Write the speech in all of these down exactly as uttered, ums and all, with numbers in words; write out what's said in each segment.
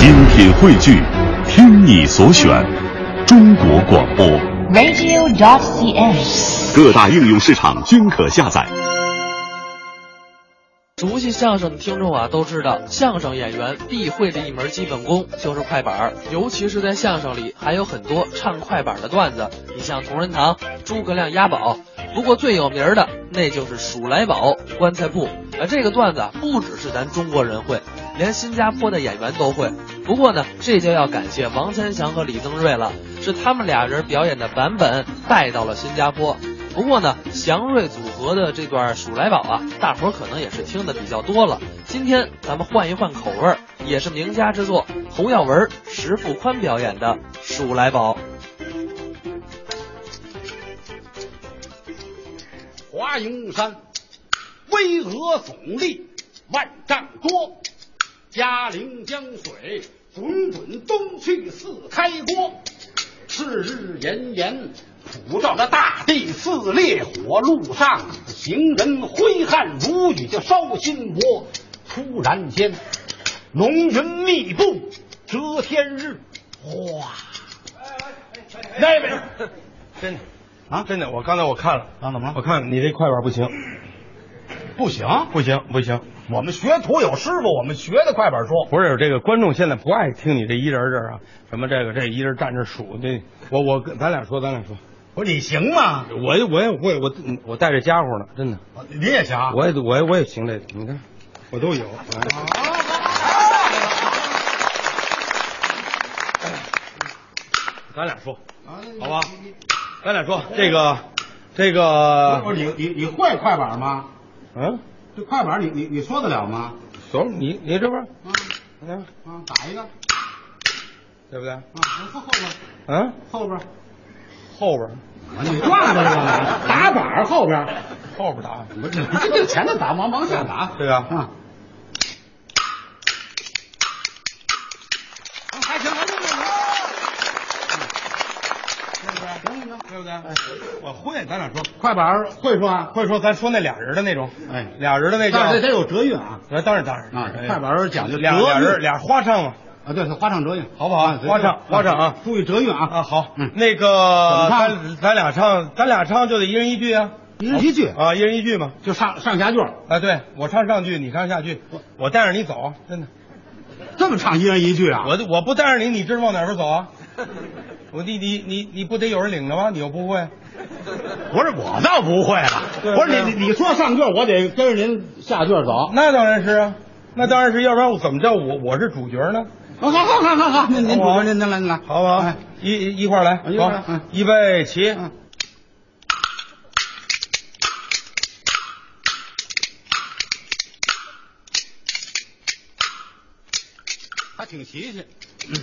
精品汇聚，听你所选，中国广播 radio dot c n， 各大应用市场均可下载。 熟悉相声的听众啊，都知道相声演员必会的一门基本功就是快板，尤其是在相声里还有很多唱快板的段子。你像同仁堂、诸葛亮押宝，不过最有名的那就是数来宝、棺材铺。而这个段子不只是咱中国人会，连新加坡的演员都会。不过呢，这就要感谢王千祥和李增瑞了，是他们俩人表演的版本带到了新加坡。不过呢，祥瑞组合的这段数来宝啊，大伙儿可能也是听的比较多了。今天咱们换一换口味，也是名家之作，侯耀文、石富宽表演的数来宝。 华蓥山巍峨耸立万丈多，嘉陵江水滚滚东去似开锅，赤日炎炎普照着大地似烈火，路上行人挥汗如雨就烧心窝。突然间浓云密布遮天日，哗！那边真的啊，真的，我刚才我看了啊，怎么了？ 我看你这快板不行， 不行， 不行，不行。 我们学徒有师傅，我们学的快板说。 不是这个观众现在不爱听你这一人这儿啊，什么这个这一人站着数这，我我咱俩说，咱俩说。 不是你行吗？ 我也我也会，我我带着家伙呢，真的。 你也行？ 我也我也我也行这个，你看我都有。咱俩说，好吧？咱俩说这个这个。 不是你你你会快板吗？ 嗯， 这快板你你你说得了吗？ 走，你你这边啊，啊啊，打一个， 对不对？ 啊，后后边， 嗯， 后边。 后边， 你挂着呢，打板后边， 后边打， 不是这这前头打，往往下打， 对啊， 啊，还行还行还行，行行行， 对不对？我会，咱俩说快板会说啊， 会说，咱说那俩人的那种， 哎， 俩人的那但叫， 是得有折韵啊， 那当然当然啊，快板讲究俩俩人俩花唱嘛。 啊，对，花唱折韵， 好不好？花唱，花唱啊！ 注意折韵啊！ 啊，好， 嗯， 那个咱咱俩唱，咱俩唱就得一人一句啊， 一人一句啊，一人一句嘛， 就上上下句。 啊，对我唱上句，你唱下句，我带着你走，真的。 这么唱一人一句啊？ 我我不带着你，你知道往哪边走啊？我你你你你不得有人领着吗？你又不会？ 不是，我倒不会了。不是你你你说上句，我得跟着您下句走。 那当然是啊，那当然是，要不然我怎么叫我我是主角呢？ 好好好好好好，您您主角您您来您来， 好不好？ 哎、 一一块儿来， 一块儿， 嗯，预备起。 嗯，还挺齐齐。嗯，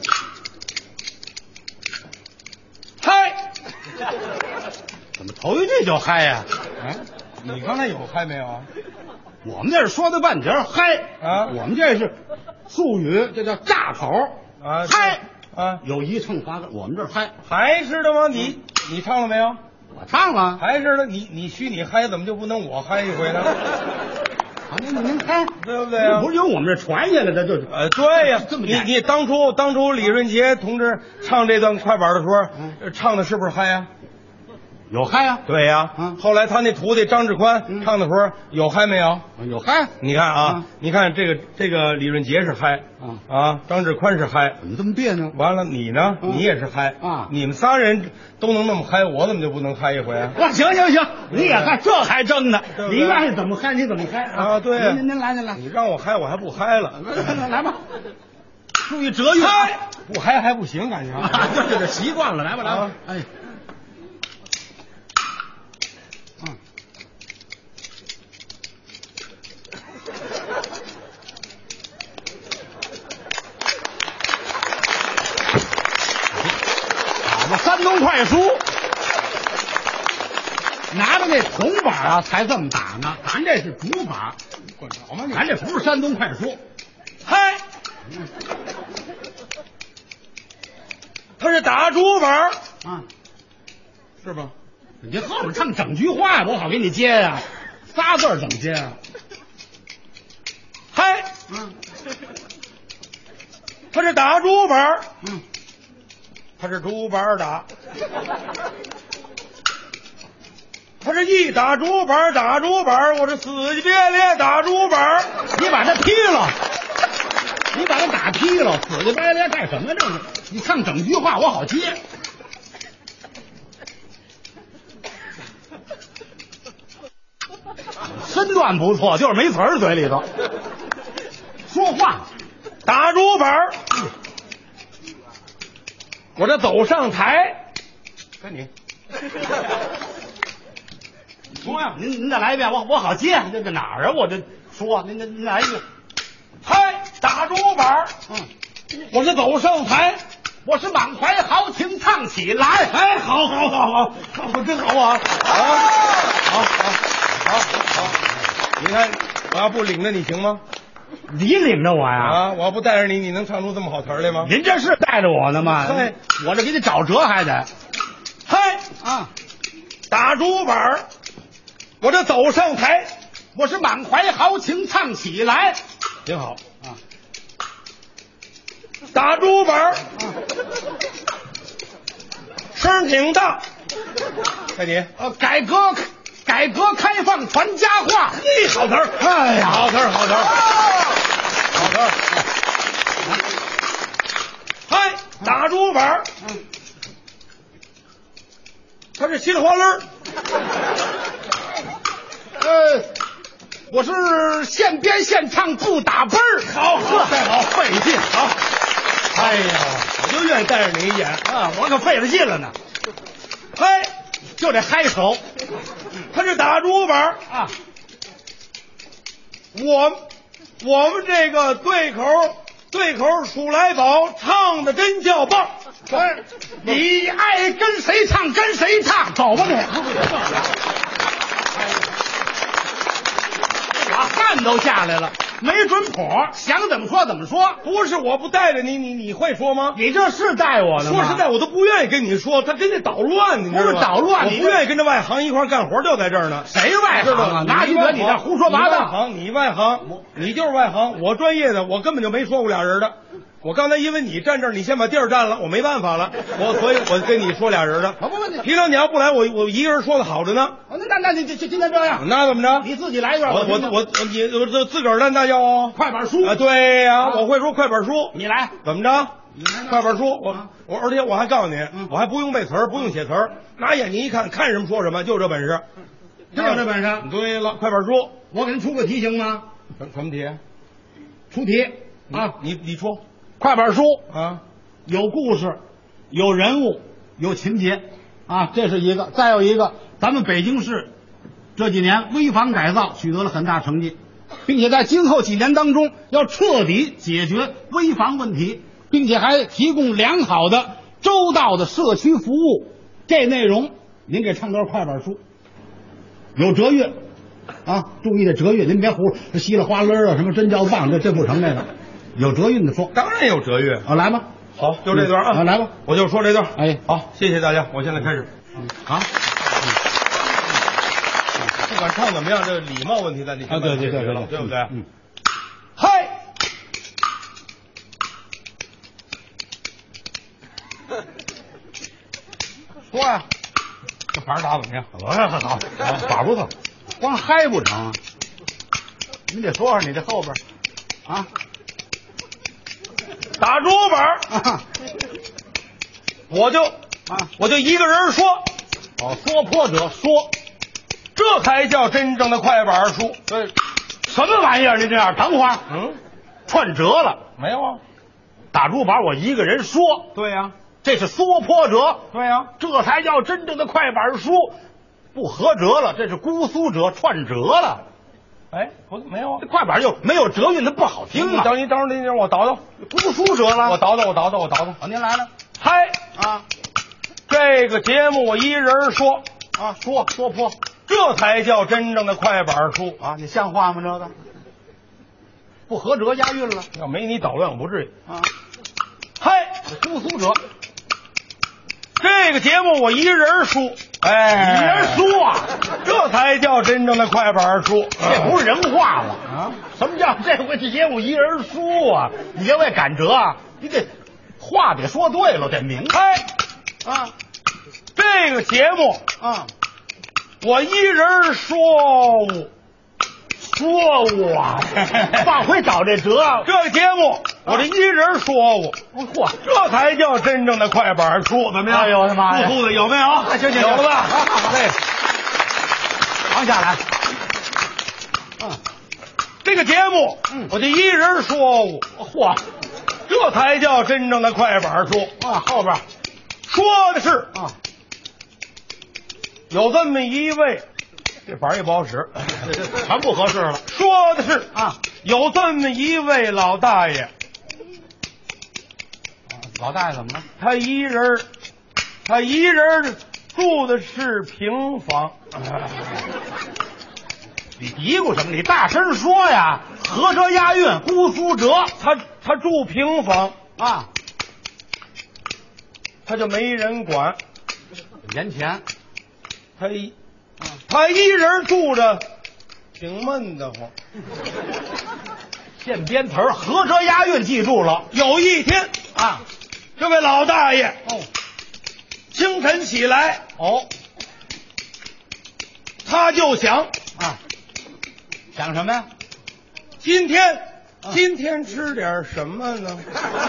嗨，怎么头一句就嗨呀、 啊？哎，你刚才有嗨没有啊？ 我们这是说的半截嗨啊， 我们这是术语，这叫炸口啊， 嗨啊， 有一乘八个，我们这儿嗨还是的吗？你你唱了没有？ 我唱了， 还是的，你你许你嗨，怎么就不能我嗨一回呢？ 啊，您您嗨， 对不对啊？ 不是由我们这传下来的，就是呃，对呀， 这么你你当初当初李润杰同志唱这段快板的时候， 嗯、 唱的是不是嗨呀？ 有嗨啊， 对呀， 嗯， 后来他那徒弟张志宽、嗯、唱的时候有嗨没有？ 有嗨， 你看啊， 嗯、 你看这个这个李润杰是嗨， 啊啊，张志宽是嗨， 怎么这么别扭？ 完了你呢？ 嗯、 你也是嗨啊， 你们仨人都能那么嗨，我怎么就不能嗨一回啊？ 哇，行行行，你也嗨，这还争呢，你愿意怎么嗨你怎么嗨啊？啊对， 您您来您来， 你让我嗨我还不嗨了， 来来吧。注意折韵， 嗨，不嗨还不行，感觉啊，这这习惯了，来吧来吧，哎。山东快书拿着那铜板啊，才这么打呢。咱这是竹板，管着吗？咱这不是山东快书， 嗨，他是打竹板啊， 是吧？ 你后边唱整句话，我好给你接呀、啊，仨字怎么接啊？ 嗨， 嗯， 他是打竹板， 嗯， 他是竹板打，他是一打竹板打竹板，我是死乞别咧打竹板。 你把他劈了，你把他打劈了，死乞白咧干什么这是？你唱整句话我好接。身段不错，就是没词儿嘴里头。说话打竹板，我这走上台，跟你说呀，您您再来一遍，我我好接。这个哪儿啊？我这说，您您您来一句。 嗨，打竹板， 嗯， 我这走上台， 我是满怀豪情唱起来。 哎，好好好好，好真好啊！好，好，好，好，好。你看，我要不领着你行吗？ 你领着我呀？ 啊，我要不带着你，你能唱出这么好词儿来吗？ 您这是带着我呢吗？ 嗨， 我这给你找辙还得。 嗨啊， 打竹板，我这走上台， 我是满怀豪情唱起来。 挺好啊。 打竹板， 啊， 声挺大。看你， 呃，改革改革开放传佳话。 嘿，好词儿， 哎呀， 好词儿，好词儿，好词儿。嗨，打竹板， 嗯， 他是心花轮儿。 呃，我是现编现唱不打奔儿。 好，呵，太好，费劲，好。哎呀，我就愿意带着你演啊，我可费了劲了呢。 嘿， 就这嗨手他是打竹板， 啊， 我我们这个对口对口数来宝唱的真叫棒。 哎，你爱跟谁唱跟谁唱，走吧你。把汗都下来了，没准谱，想怎么说怎么说。 不是我不带着你，你你会说吗？ 你这是带我的吗？ 说实在，我都不愿意跟你说，他真得捣乱，你知道吗？ 不是捣乱， 我不愿意跟着外行一块干活，就在这儿呢。 谁外行啊？拿你这你这胡说八道。 你外行，你外行，你就是外行，我专业的，我根本就没说过俩人的。我刚才因为你站这儿，你先把地儿占了，我没办法了，我所以我跟你说俩人的。 不不不，你平常你要不来，我我一个人说的好着呢。 那那那你就今天这样， 那怎么着？ 你自己来一段。 我我我你我这自个儿练大叫啊， 快板书啊，对呀， 啊我会说快板书。 你来， 怎么着？ 你来快板书，我啊我而且我还告诉你嗯， 我还不用背词儿，不用写词儿，拿眼睛一看，看什么说什么，就这本事。 真有这本事。 对了，快板书， 我给您出个题行吗？ 什什么题？ 出题啊， 你你说快板书啊？ 有故事，有人物，有情节啊，这是一个。再有一个，咱们北京市这几年危房改造取得了很大成绩，并且在今后几年当中要彻底解决危房问题，并且还提供良好的周到的社区服务。这内容您给唱段快板书，有折韵啊，注意这折韵，您别胡稀里哗啦啊，什么真叫棒，这这不成，这个有折韵的说。 当然有折韵。 啊，来吧。 好，就这段啊， 啊来吧， 我就说这段。 哎， 好，谢谢大家，我现在开始。 啊， 不管唱怎么样，这礼貌问题咱得啊，对对对对了，对不对？ 嗯。 嗨， 说呀， 这牌打怎么样？ 好，好，好，打不错，光嗨不成，你得说说你这后边啊， 打竹板， 啊我就啊， 我就一个人说， 哦，说破者说， 这才叫真正的快板书。 对，什么玩意儿？你这样，等会儿， 嗯， 串折了， 没有啊？ 打竹板我一个人说， 对呀、 这是缩破折， 对呀、 这才叫真正的快板书，不合折了，这是姑苏折串折了。 哎，不，没有啊这。快板就没有折韵，它不好听啊。 你等一等会儿，你等我倒倒， 姑苏折了， 我倒倒，我倒倒，我倒倒。 好，您来了嗨， 啊这个节目我一人说， 啊，说说破这才叫真正的快板书。 啊，你像话吗？这个不合辙押韵了要没你捣乱，我不至于。 啊。 嗨， 姑苏折， 这个节目我一人说，哎， 一人说啊， 这才叫真正的快板书。 这不是人话了啊？ 什么叫这回这节目一人说啊？你这位赶折啊， 你得话得说对了，得明白哎啊，这个节目啊。 我一人说五， 说我往回找这辙。 这个节目我这一人说五， 嚯， 这才叫真正的快板书，怎么样？ 哎呦我的妈呀！ 不的有没有？ 行行行， 有了吧？ 对，扛下来。 嗯，这个节目， 嗯， 我就一人说五， 嚯， 这才叫真正的快板书啊！后边说的是啊。 有这么一位，这板也不好使， 全不合适了。 说的是啊， 有这么一位老大爷， 老大爷怎么了？ 他一人，他一人住的是平房。 你嘀咕什么？你大声说呀！合辙押韵，姑苏辙。 他他住平房啊， 他就没人管， 年前。 他一，他一人住着，挺闷得慌。 现编词儿，合辙押韵，记住了。 有一天啊， 这位老大爷哦， 清晨起来哦， 他就想啊，想什么呀？ 今天、 啊、 今天吃点什么呢？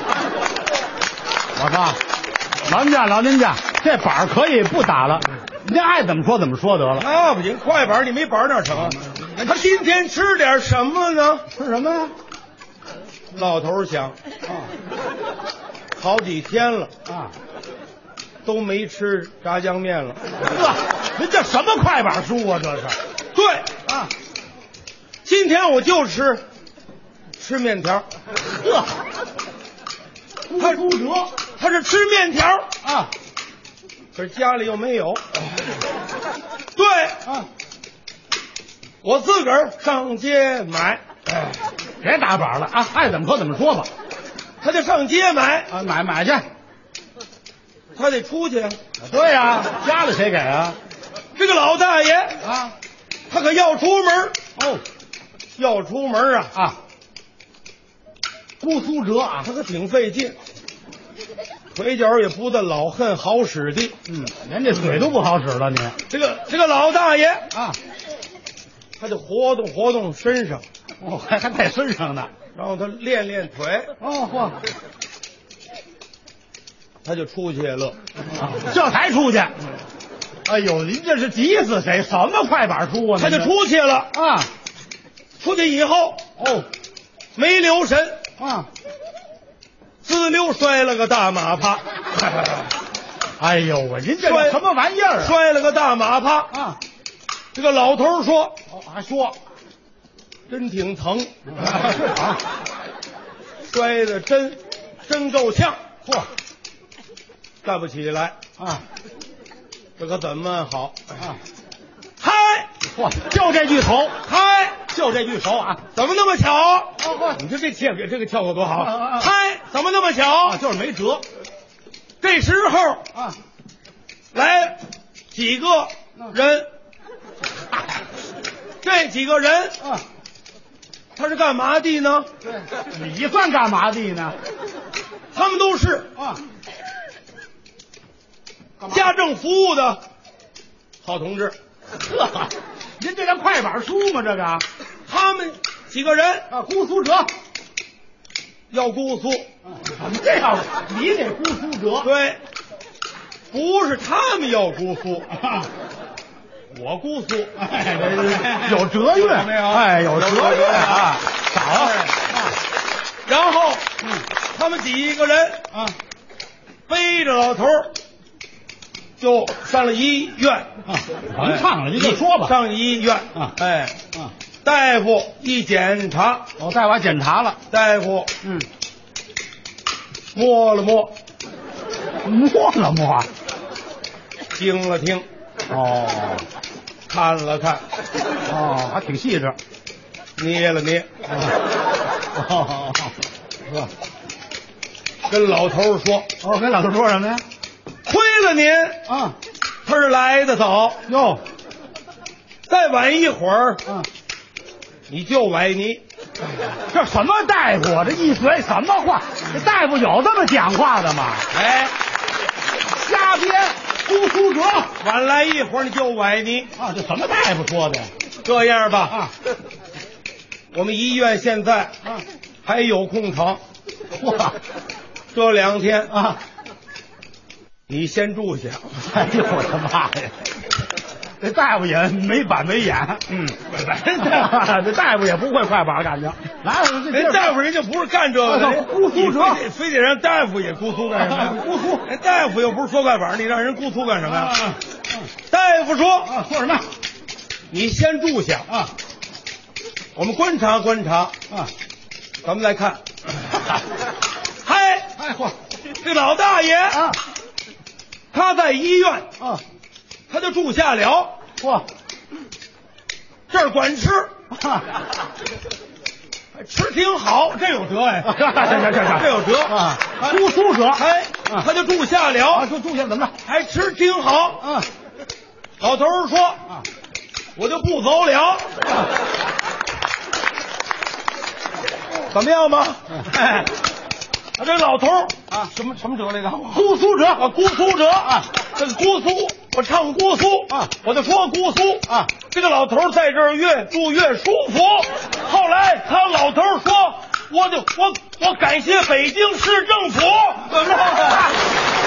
我说，老人家，老人家，这板儿可以不打了。您爱怎么说怎么说得了。 那不行，快板你没板哪成？他今天吃点什么呢？ 吃什么呀？ 老头想， 啊， 好几天了啊， 都没吃炸酱面了。 呵，您这什么快板书啊？这是。 对啊， 今天我就吃吃面条。 呵， 他骨折，他是吃面条啊。 可是家里又没有。对啊， 我自个儿上街买。 哎，别打板了啊，爱怎么说怎么说吧。 他就上街买啊，买买去。 他得出去。 对呀、啊，家里谁给啊？ 这个老大爷啊， 他可要出门哦， 要出门啊啊，姑苏辙啊， 他可挺费劲。腿脚也不得老恨好使的， 嗯，连这腿都不好使了你。 这个这个老大爷啊， 他就活动活动身上， 哦，还还在身上呢， 然后他练练腿， 哦嚯， 他就出去了， 啊，这才出去。哎呦，您这是急死谁？什么快板书啊？ 他就出去了啊， 出去以后哦， 没留神啊。 滋溜摔了个大马趴， 哎呦我您这是什么玩意儿、啊？ 摔了个大马趴啊！ 这个老头说：“ 哦，还说真挺疼， 啊， 摔的真真够呛， 嚯， 站不起来啊！ 这可怎么好啊？ 嗨， 嚯，就这句头， 嗨， 就这句头啊！ 怎么那么巧？ 哦， 你说这跳这个跳过多好！ 啊啊啊嗨，怎么那么巧？ 啊，就是没辙。 这时候啊， 来几个人，这几个人啊， 他是干嘛的呢？ 对，你算干嘛的呢？ 他们都是啊， 家政服务的好同志。 呵，您这叫快板书吗？这个他们几个人啊，姑苏辙要姑苏， 怎么这样？你得姑苏辙， 对，不是他们要姑苏， 啊、 我姑苏， 哎，有辙韵没有？ 哎，有辙韵啊，少啊。 然后， 嗯， 他们几个人啊， 背着老头儿就上了医院。 啊，甭唱了，您就说吧。 上医院啊， 哎， 啊， 大夫一检查， 我带我检查了， 大夫嗯， 摸了摸， 摸了摸， 听了听， 哦， 看了看， 哦，还挺细致， 捏了捏， 哦，是吧？ 跟老头儿说， 哦，跟老头说什么呀？ 亏了您， 啊， 他是来的早， 哟， 再晚一会儿， 嗯， 你就崴泥。 这什么大夫啊？这一嘴什么话？这大夫有这么讲话的吗？ 哎， 瞎编，姑苏辙。 晚来一会儿你就崴你啊！这什么大夫说的呀？ 这样吧， 啊， 我们医院现在啊还有空床， 哇， 这两天啊， 你先住下。 哎呦我的妈呀！这大夫也没板没眼， 嗯， 这大夫也不会快板，感觉。来，我这人大夫人家不是干这个的， 姑苏辙， 非得非得让大夫也姑苏干什么呀？ 姑苏， 人大夫又不是说快板，你让人姑苏干什么呀？ 啊大夫说啊，说什么？ 你先住下啊， 我们观察观察啊， 咱们来看。嗨， 哎嚯这老大爷啊他在医院啊， 他就住下了， 嚯， 这儿管吃， 啊吃挺好，这有辙哎， 这这这这有辙啊，姑苏辙， 哎， 啊他就住下啊， 了， 就住下怎么着？ 还吃挺好。 啊老头儿说啊， 我就不走了，怎么样吧？哎，他这老头儿啊什么什么辙来着？ 姑苏辙啊，姑苏辙啊，这个姑苏，我唱姑苏啊， 我就说姑苏啊， 这个老头儿在这儿越住越舒服。后来他老头儿说，我就我我感谢北京市政府。